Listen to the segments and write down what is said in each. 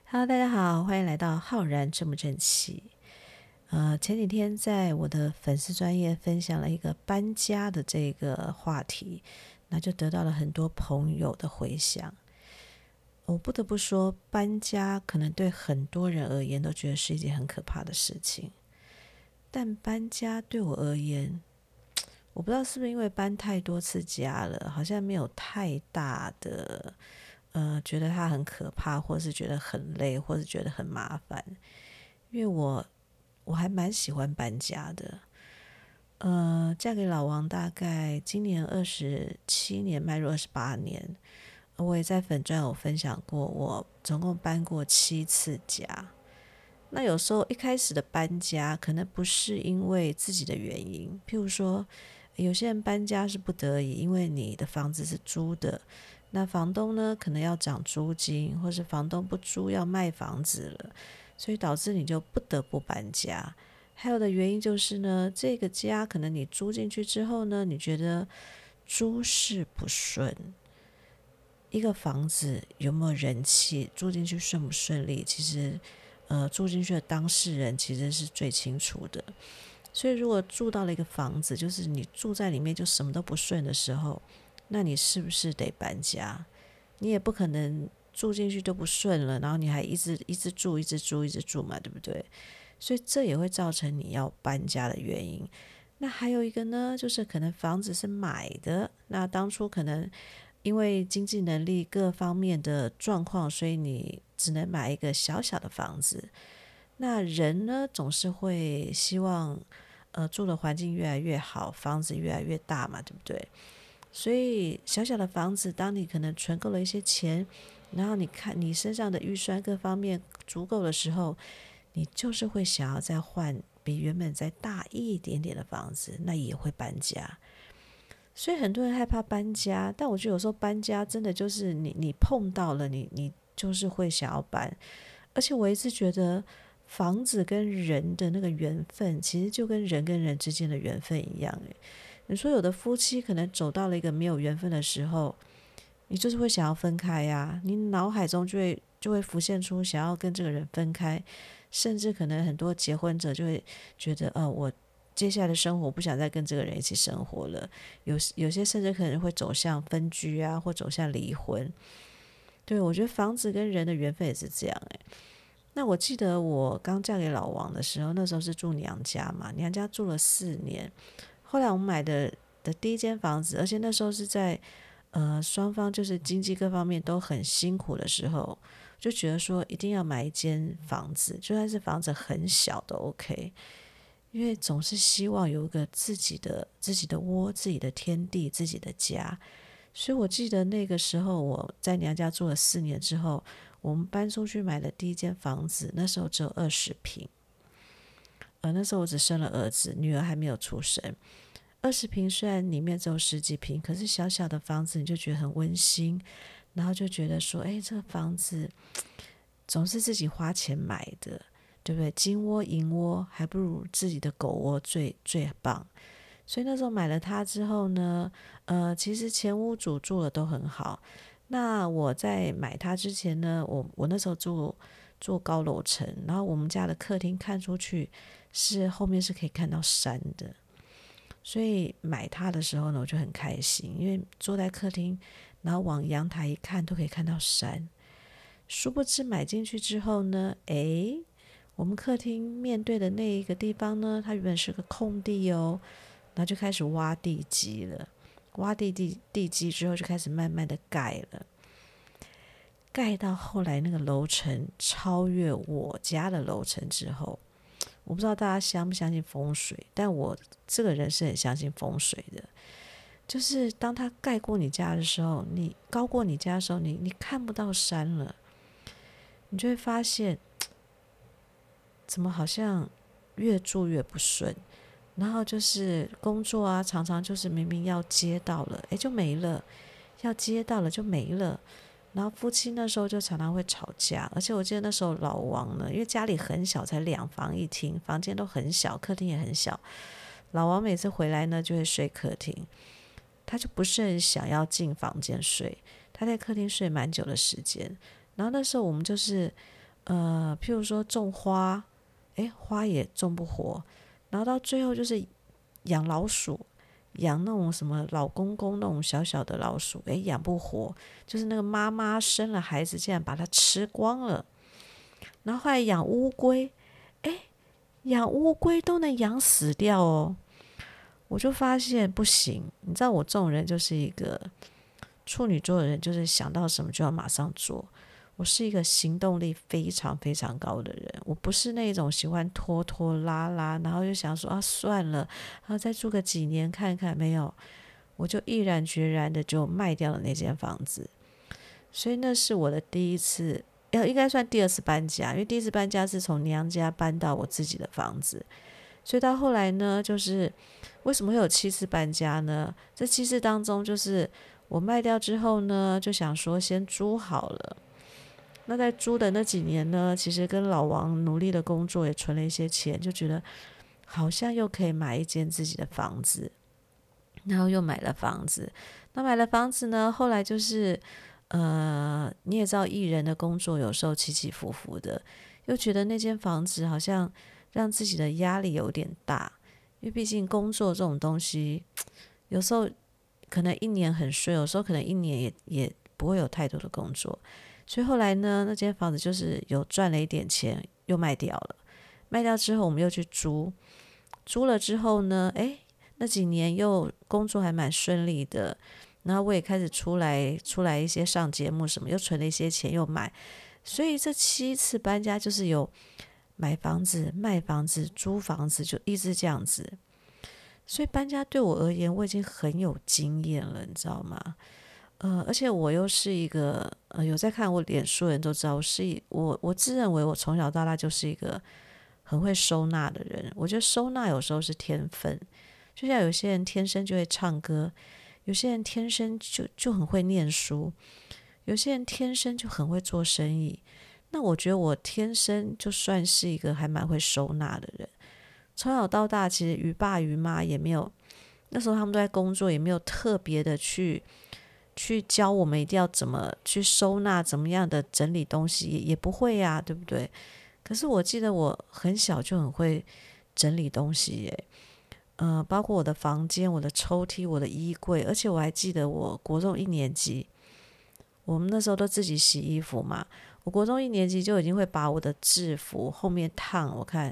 Hello，大家好，欢迎来到浩然正不正气。前几天在我的粉丝专页分享了一个搬家的这个话题，那就得到了很多朋友的回响。我不得不说，搬家可能对很多人而言都觉得是一件很可怕的事情，但搬家对我而言，我不知道是不是因为搬太多次家了，好像没有太大的觉得它很可怕，或是觉得很累，或是觉得很麻烦。因为我还蛮喜欢搬家的。嫁给老王大概今年27年，迈入28年。我也在粉专有分享过，我总共搬过7次家。那有时候一开始的搬家可能不是因为自己的原因，譬如说有些人搬家是不得已，因为你的房子是租的，那房东呢可能要涨租金，或是房东不租要卖房子了，所以导致你就不得不搬家。还有的原因就是呢，这个家可能你租进去之后呢，你觉得诸事不顺。一个房子有没有人气，住进去顺不顺利，其实住进去的当事人其实是最清楚的。所以如果住到了一个房子，就是你住在里面就什么都不顺的时候，那你是不是得搬家？你也不可能住进去都不顺了，然后你还一直住嘛，对不对？所以这也会造成你要搬家的原因。那还有一个呢，就是可能房子是买的，那当初可能因为经济能力各方面的状况，所以你只能买一个小小的房子。那人呢，总是会希望住的环境越来越好，房子越来越大嘛，对不对？所以小小的房子，当你可能存够了一些钱，然后你看你身上的预算各方面足够的时候，你就是会想要再换比原本再大一点点的房子，那也会搬家。所以很多人害怕搬家，但我觉得有时候搬家真的就是你碰到了你就是会想要搬。而且我一直觉得房子跟人的那个缘分，其实就跟人之间的缘分一样。你说有的夫妻可能走到了一个没有缘分的时候，你就是会想要分开呀，你脑海中就会浮现出想要跟这个人分开，甚至可能很多结婚者就会觉得，我接下来的生活不想再跟这个人一起生活了。有些甚至可能会走向分居啊，或走向离婚。对，我觉得房子跟人的缘分也是这样。那我记得我刚嫁给老王的时候，那时候是住娘家嘛，娘家住了4年。后来我们买的第一间房子，而且那时候是在双方就是经济各方面都很辛苦的时候，就觉得说一定要买一间房子，就算是房子很小都 OK，因为总是希望有一个自己的窝、自己的天地、自己的家。所以我记得那个时候我在娘家住了4年之后，我们搬出去买了第一间房子，那时候只有20平。那时候我只生了儿子，女儿还没有出生。20平虽然里面只有十几平，可是小小的房子你就觉得很温馨，然后就觉得说，这个房子总是自己花钱买的，对不对？金窝银窝还不如自己的狗窝最棒。所以那时候买了它之后呢，其实前屋主住的都很好。那我在买它之前呢，我那时候住高楼层，然后我们家的客厅看出去后面是可以看到山的。所以买它的时候呢，我就很开心，因为坐在客厅，然后往阳台一看，都可以看到山。殊不知买进去之后呢，我们客厅面对的那一个地方呢，它原本是个空地哦，然后就开始挖地基了。挖地基之后，就开始慢慢的盖了。盖到后来那个楼层超越我家的楼层之后，我不知道大家相不相信风水，但我这个人是很相信风水的。就是当它盖过你家的时候，你高过你家的时候，你看不到山了，你就会发现怎么好像越住越不顺。然后就是工作啊，常常就是明明要接到了，就没了；要接到了就没了。然后夫妻那时候就常常会吵架，而且我记得那时候老王呢，因为家里很小，才2房1厅，房间都很小，客厅也很小。老王每次回来呢，就会睡客厅，他就不是很想要进房间睡，他在客厅睡蛮久的时间。然后那时候我们就是譬如说种花，花也种不活，然后到最后就是养老鼠，养那种什么老公公那种小小的老鼠，养不活，就是那个妈妈生了孩子，竟然把它吃光了。然后后来养乌龟，养乌龟都能养死掉哦。我就发现不行，你知道我这种人就是一个处女座的人，就是想到什么就要马上做。我是一个行动力非常非常高的人，我不是那种喜欢拖拖拉拉，然后就想说算了，然后再住个几年看看，没有，我就毅然决然的就卖掉了那间房子。所以那是我的第一次，应该算第二次搬家，因为第一次搬家是从娘家搬到我自己的房子。所以到后来呢，就是为什么会有7次搬家呢？这7次当中，就是我卖掉之后呢，就想说先租好了。那在租的那几年呢，其实跟老王努力的工作，也存了一些钱，就觉得好像又可以买一间自己的房子，然后又买了房子。那买了房子呢，后来就是你也知道艺人的工作有时候起起伏伏的，又觉得那间房子好像让自己的压力有点大，因为毕竟工作这种东西，有时候可能一年很顺，有时候可能一年也不会有太多的工作。所以后来呢，那间房子就是有赚了一点钱，又卖掉了。卖掉之后，我们又去租，租了之后呢，那几年又工作还蛮顺利的。然后我也开始出来一些上节目什么，又存了一些钱，又买。所以这7次搬家就是有买房子、卖房子、租房子，就一直这样子。所以搬家对我而言，我已经很有经验了，你知道吗？而且我又是一个有在看我脸书的人都知道，我自认为我从小到大就是一个很会收纳的人。我觉得收纳有时候是天分，就像有些人天生就会唱歌，有些人天生就很会念书，有些人天生就很会做生意。那我觉得我天生就算是一个还蛮会收纳的人。从小到大，其实于爸于妈也没有，那时候他们都在工作，也没有特别的去教我们一定要怎么去收纳，怎么样的整理东西，也不会呀，对不对？可是我记得我很小就很会整理东西耶，包括我的房间、我的抽屉、我的衣柜，而且我还记得我国中1年级，我们那时候都自己洗衣服嘛，我国中1年级就已经会把我的制服后面烫，我看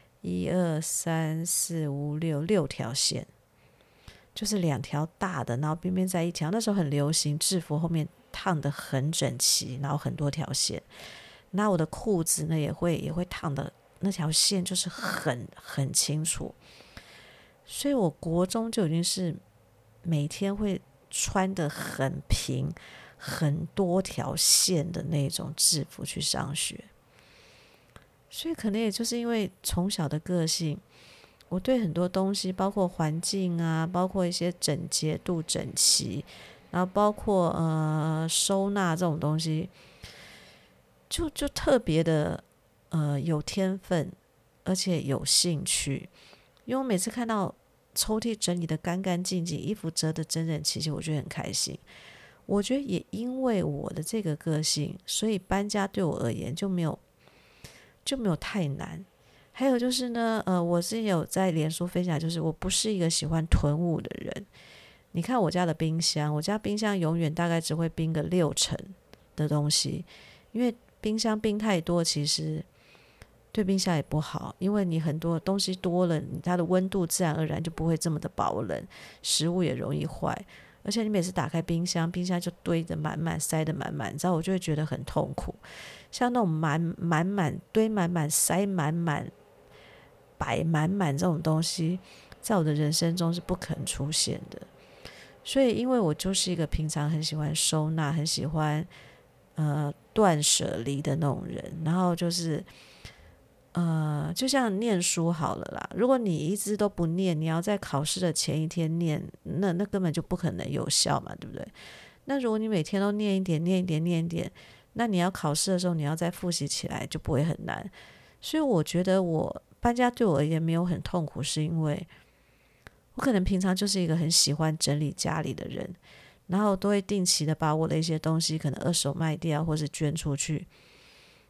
1、2、3、4、5、6条线。就是2条大的，然后边边在一条。那时候很流行制服后面烫得很整齐，然后很多条线。那我的裤子呢也会烫的那条线就是很清楚。所以我国中就已经是每天会穿得很平、很多条线的那种制服去上学。所以可能也就是因为从小的个性，我对很多东西，包括环境啊，包括一些整洁度、整齐，然后包括收纳这种东西，就特别的有天分，而且有兴趣。因为我每次看到抽屉整理的干干净净，衣服折得整整齐齐，我觉得很开心。我觉得也因为我的这个个性，所以搬家对我而言就没有太难。还有就是呢，我之前有在脸书分享，就是我不是一个喜欢囤物的人。你看我家的冰箱，我家冰箱永远大概只会冰个60%的东西，因为冰箱冰太多，其实对冰箱也不好，因为你很多东西多了，它的温度自然而然就不会这么的保冷，食物也容易坏。而且你每次打开冰箱，冰箱就堆得满满，塞得满满，你知道我就会觉得很痛苦。像那种满堆满满塞满满摆满满这种东西，在我的人生中是不可能出现的。所以因为我就是一个平常很喜欢收纳，很喜欢断舍离的那种人，然后就是就像念书好了啦，如果你一直都不念，你要在考试的前一天念，那根本就不可能有效嘛，对不对？那如果你每天都念一点念一点念一点，那你要考试的时候你要再复习起来就不会很难。所以我觉得我搬家对我而言没有很痛苦，是因为我可能平常就是一个很喜欢整理家里的人，然后都会定期的把我的一些东西可能二手卖掉或是捐出去。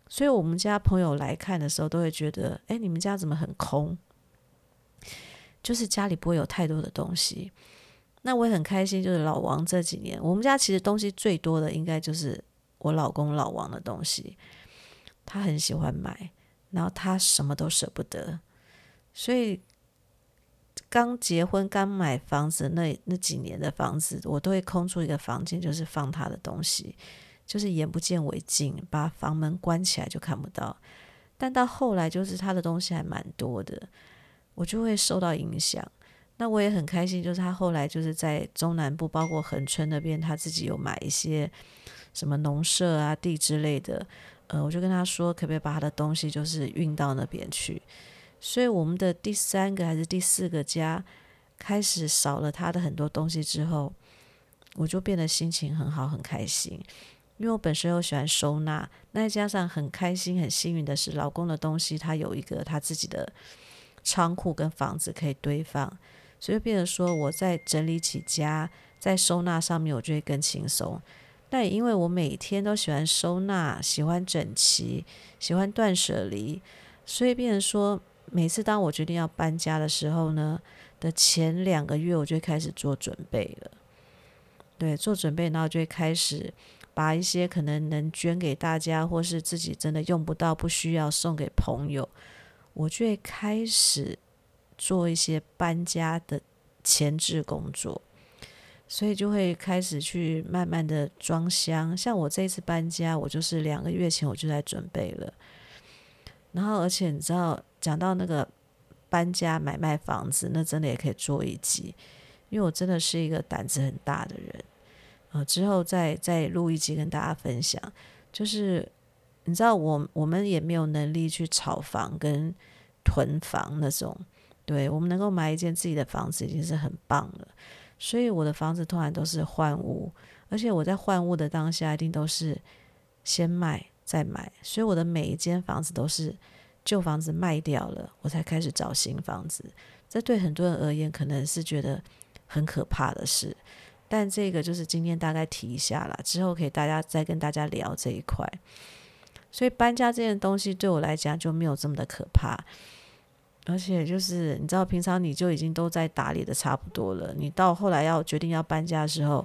所以我们家朋友来看的时候都会觉得，你们家怎么很空，就是家里不会有太多的东西。那我也很开心，就是老王这几年，我们家其实东西最多的应该就是我老公老王的东西，他很喜欢买，然后他什么都舍不得，所以刚结婚刚买房子那几年的房子，我都会空出一个房间，就是放他的东西，就是眼不见为净，把房门关起来就看不到。但到后来就是他的东西还蛮多的，我就会受到影响。那我也很开心，就是他后来就是在中南部，包括恒春那边，他自己有买一些什么农舍啊地之类的，我就跟他说，可不可以把他的东西就是运到那边去。所以我们的第3个还是第4个家开始少了他的很多东西之后，我就变得心情很好很开心，因为我本身又喜欢收纳，那再加上很开心很幸运的是，老公的东西他有一个他自己的仓库跟房子可以堆放，所以变成说我在整理起家，在收纳上面我就会更轻松。但也因为我每天都喜欢收纳，喜欢整齐，喜欢断舍离，所以变成说每次当我决定要搬家的时候呢的前2个月，我就会开始做准备了。对，做准备，然后就会开始把一些可能捐给大家，或是自己真的用不到不需要送给朋友，我就会开始做一些搬家的前置工作。所以就会开始去慢慢的装箱，像我这一次搬家，我就是2个月前我就在准备了。然后而且你知道，讲到那个搬家买卖房子，那真的也可以做一集，因为我真的是一个胆子很大的人。之后再录一集跟大家分享。就是你知道我们也没有能力去炒房跟囤房那种，对，我们能够买一间自己的房子已经是很棒了。所以我的房子通常都是换屋，而且我在换屋的当下一定都是先卖再买，所以我的每一间房子都是旧房子卖掉了，我才开始找新房子。这对很多人而言可能是觉得很可怕的事，但这个就是今天大概提一下啦，之后可以再跟大家聊这一块。所以搬家这件东西对我来讲就没有这么的可怕，而且就是你知道平常你就已经都在打理的差不多了，你到后来要决定要搬家的时候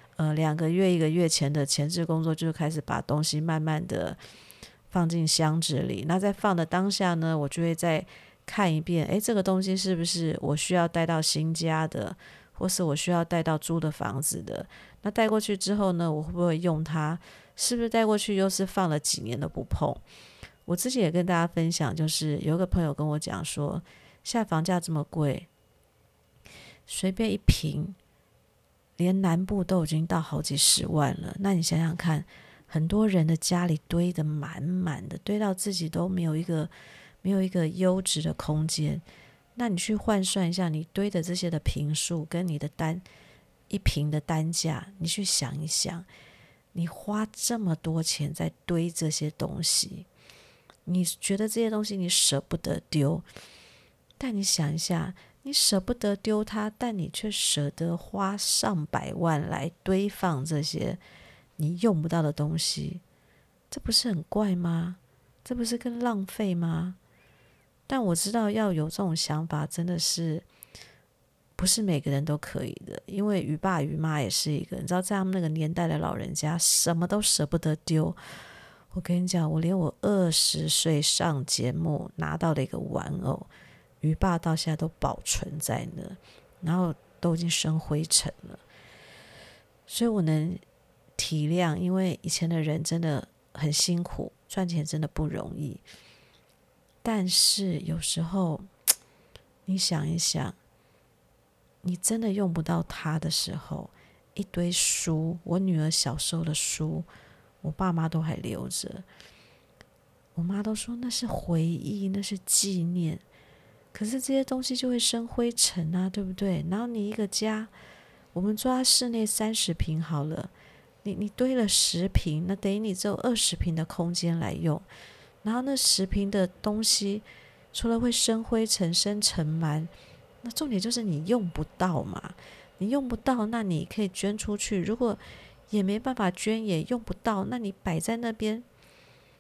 2个月1个月前的前置工作就是开始把东西慢慢的放进箱子里。那在放的当下呢，我就会再看一遍，这个东西是不是我需要带到新家的，或是我需要带到租的房子的。那带过去之后呢，我会不会用它，是不是带过去又是放了几年都不碰。我之前也跟大家分享，就是有一个朋友跟我讲说，现在房价这么贵，随便一坪连南部都已经到好几10万了。那你想想看，很多人的家里堆得满满的，堆到自己都没有一个优质的空间。那你去换算一下，你堆的这些的坪数跟你的一坪的单价，你去想一想，你花这么多钱在堆这些东西，你觉得这些东西你舍不得丢，但你想一下，你舍不得丢它，但你却舍得花上百万来堆放这些你用不到的东西，这不是很怪吗？这不是更浪费吗？但我知道要有这种想法真的是不是每个人都可以的，因为于爸于妈也是一个，你知道在他们那个年代的老人家什么都舍不得丢。我跟你讲，我连我20岁上节目拿到的一个玩偶，于爸到现在都保存在那，然后都已经生灰尘了。所以我能体谅，因为以前的人真的很辛苦，赚钱真的不容易。但是有时候你想一想，你真的用不到它的时候，一堆书，我女儿小时候的书，我爸妈都还留着。我妈都说那是回忆，那是纪念，可是这些东西就会生灰尘啊，对不对？然后你一个家，我们抓室内30坪好了，你堆了10坪，那等于你只有20坪的空间来用。然后那10坪的东西，除了会生灰尘、生尘螨，那重点就是你用不到嘛。你用不到，那你可以捐出去。如果也没办法捐，也用不到，那你摆在那边，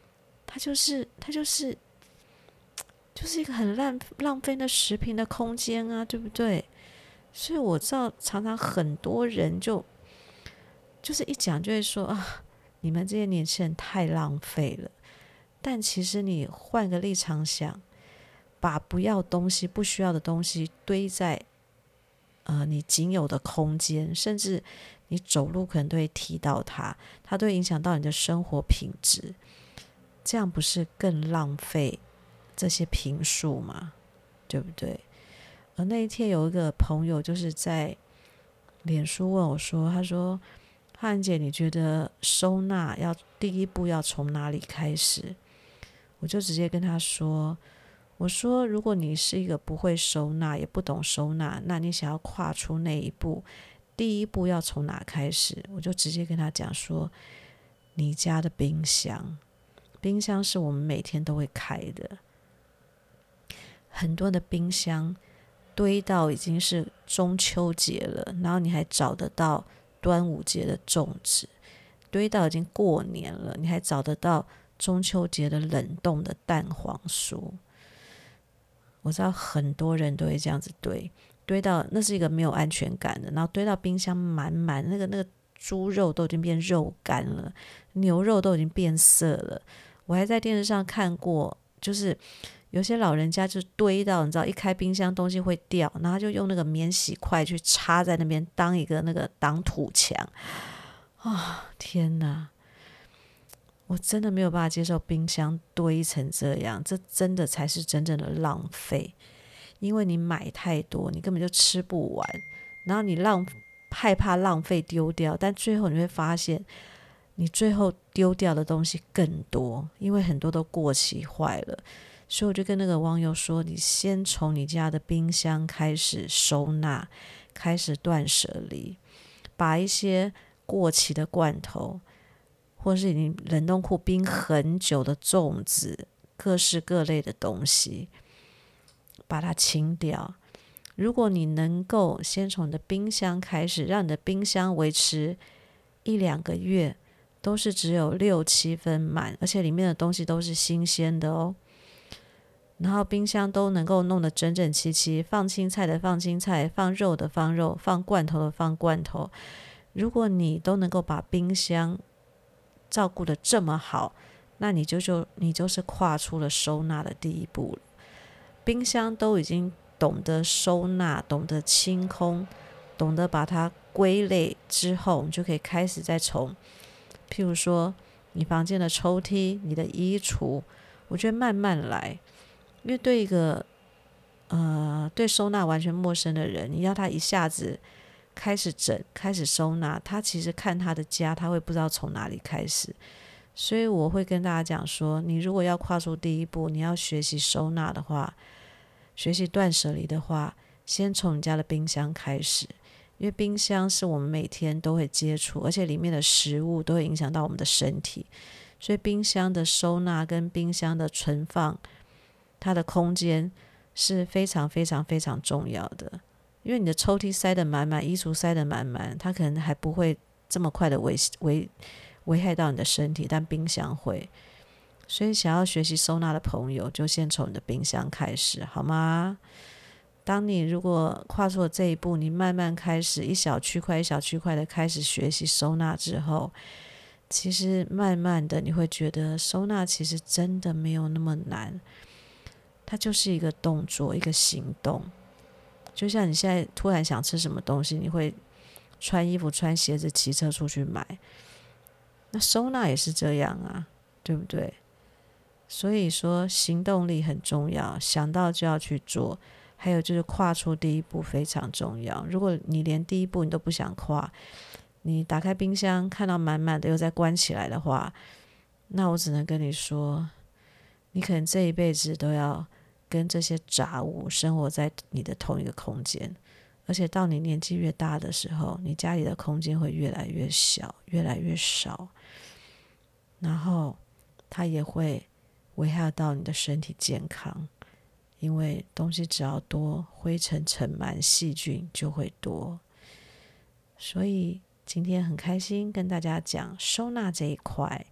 它就是一个很浪费的食品的空间啊，对不对？所以我知道常常很多人就是一讲就会说啊，你们这些年轻人太浪费了。但其实你换个立场想，把不要东西、不需要的东西堆在你仅有的空间，甚至你走路可能都会踢到它，它都会影响到你的生活品质，这样不是更浪费这些坪数吗？对不对？而那一天有一个朋友就是在脸书问我说，他说汉姐，你觉得收纳第一步要从哪里开始？我就直接跟他说，我说如果你是一个不会收纳也不懂收纳，那你想要跨出那一步，第一步要从哪开始？我就直接跟他讲说，你家的冰箱，冰箱是我们每天都会开的，很多的冰箱堆到已经是中秋节了，然后你还找得到端午节的粽子，堆到已经过年了，你还找得到中秋节的冷冻的蛋黄酥。我知道很多人都会这样子堆到，那是一个没有安全感的，然后堆到冰箱满满，那个猪肉都已经变肉干了，牛肉都已经变色了。我还在电视上看过，就是有些老人家就堆到，你知道，一开冰箱东西会掉，然后就用那个免洗筷去插在那边，当一个那个挡土墙。天哪！我真的没有办法接受冰箱堆成这样，这真的才是真正的浪费。因为你买太多，你根本就吃不完，然后你害怕浪费丢掉，但最后你会发现，你最后丢掉的东西更多，因为很多都过期坏了。所以我就跟那个网友说，你先从你家的冰箱开始收纳，开始断舍离，把一些过期的罐头，或是已经冷冻库冰很久的粽子，各式各类的东西，把它清掉。如果你能够先从你的冰箱开始，让你的冰箱维持1-2个月都是只有6-7分满，而且里面的东西都是新鲜的哦，然后冰箱都能够弄得整整齐齐，放青菜的放青菜，放肉的放肉，放罐头的放罐头。如果你都能够把冰箱照顾得这么好，那你就是跨出了收纳的第一步了。冰箱都已经懂得收纳，懂得清空，懂得把它归类之后，你就可以开始再从譬如说你房间的抽屉，你的衣橱，我觉得慢慢来。因为对一个对收纳完全陌生的人，你要他一下子开始开始收纳，他其实看他的家，他会不知道从哪里开始。所以我会跟大家讲说，你如果要跨出第一步，你要学习收纳的话，学习断舍离的话，先从你家的冰箱开始。因为冰箱是我们每天都会接触，而且里面的食物都会影响到我们的身体，所以冰箱的收纳跟冰箱的存放，它的空间是非常非常非常重要的。因为你的抽屉塞得满满，衣橱塞得满满，它可能还不会这么快的危害到你的身体，但冰箱会。所以想要学习收纳的朋友，就先从你的冰箱开始，好吗？当你如果跨出了这一步，你慢慢开始一小区块一小区块的开始学习收纳之后，其实慢慢的你会觉得收纳其实真的没有那么难，它就是一个动作，一个行动。就像你现在突然想吃什么东西，你会穿衣服穿鞋子骑车出去买，那收纳也是这样啊，对不对？所以说行动力很重要，想到就要去做，还有就是跨出第一步非常重要。如果你连第一步你都不想跨，你打开冰箱看到满满的又再关起来的话，那我只能跟你说，你可能这一辈子都要跟这些杂物生活在你的同一个空间，而且到你年纪越大的时候，你家里的空间会越来越小，越来越少，然后它也会危害到你的身体健康，因为东西只要多，灰尘尘螨细菌就会多。所以今天很开心跟大家讲收纳这一块。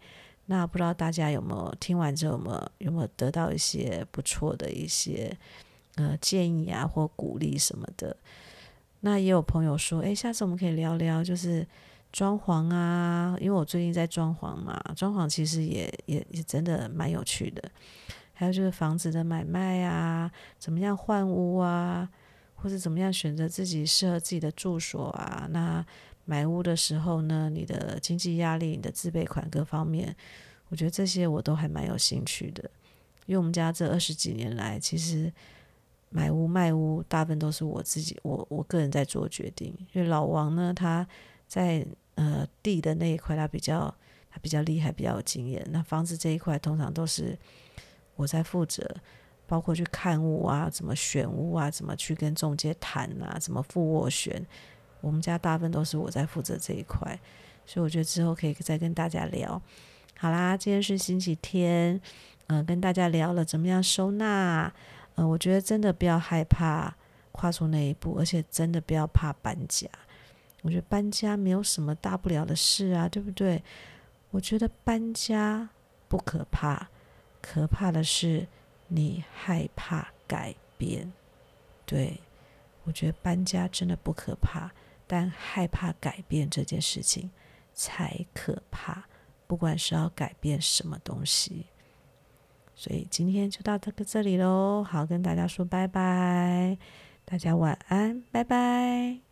那不知道大家有没有听完之后有没有得到一些不错的一些建议啊或鼓励什么的。那也有朋友说下次我们可以聊聊就是装潢啊，因为我最近在装潢嘛，装潢其实也真的蛮有趣的。还有就是房子的买卖啊，怎么样换屋啊，或是怎么样选择自己适合自己的住所啊。那买屋的时候呢，你的经济压力、你的自备款各方面，我觉得这些我都还蛮有兴趣的。因为我们家这20几年来，其实买屋卖屋大部分都是我自己我个人在做决定。因为老王呢，他在地的那一块他比较厉害，比较有经验。那房子这一块通常都是我在负责，包括去看屋啊，怎么选屋啊，怎么去跟中介谈啊，怎么付斡旋，我们家大部分都是我在负责这一块。所以我觉得之后可以再跟大家聊。好啦，今天是星期天，跟大家聊了怎么样收纳。我觉得真的不要害怕跨出那一步，而且真的不要怕搬家。我觉得搬家没有什么大不了的事啊，对不对？我觉得搬家不可怕，可怕的是你害怕改变。对，我觉得搬家真的不可怕，但害怕改变这件事情才可怕，不管是要改变什么东西。所以今天就到这里咯，好，跟大家说拜拜，大家晚安，拜拜。